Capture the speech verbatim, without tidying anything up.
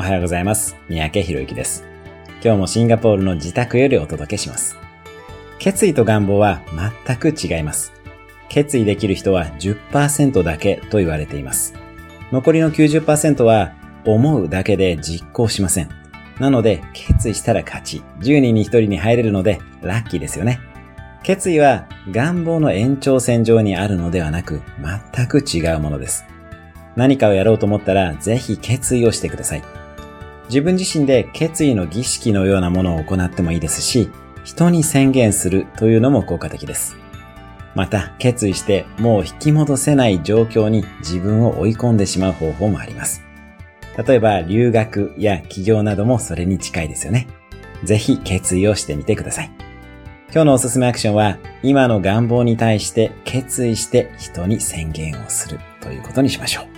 おはようございます。三宅博之です。今日もシンガポールの自宅よりお届けします。決意と願望は全く違います。決意できる人は じゅっパーセント だけと言われています。残りの きゅうじゅっパーセント は思うだけで実行しません。なので決意したら勝ち。じゅうにんにひとりに入れるのでラッキーですよね。決意は願望の延長線上にあるのではなく全く違うものです。何かをやろうと思ったらぜひ決意をしてください。自分自身で決意の儀式のようなものを行ってもいいですし、人に宣言するというのも効果的です。また決意してもう引き戻せない状況に自分を追い込んでしまう方法もあります。例えば留学や起業などもそれに近いですよね。ぜひ決意をしてみてください。今日のおすすめアクションは今の願望に対して決意して人に宣言をするということにしましょう。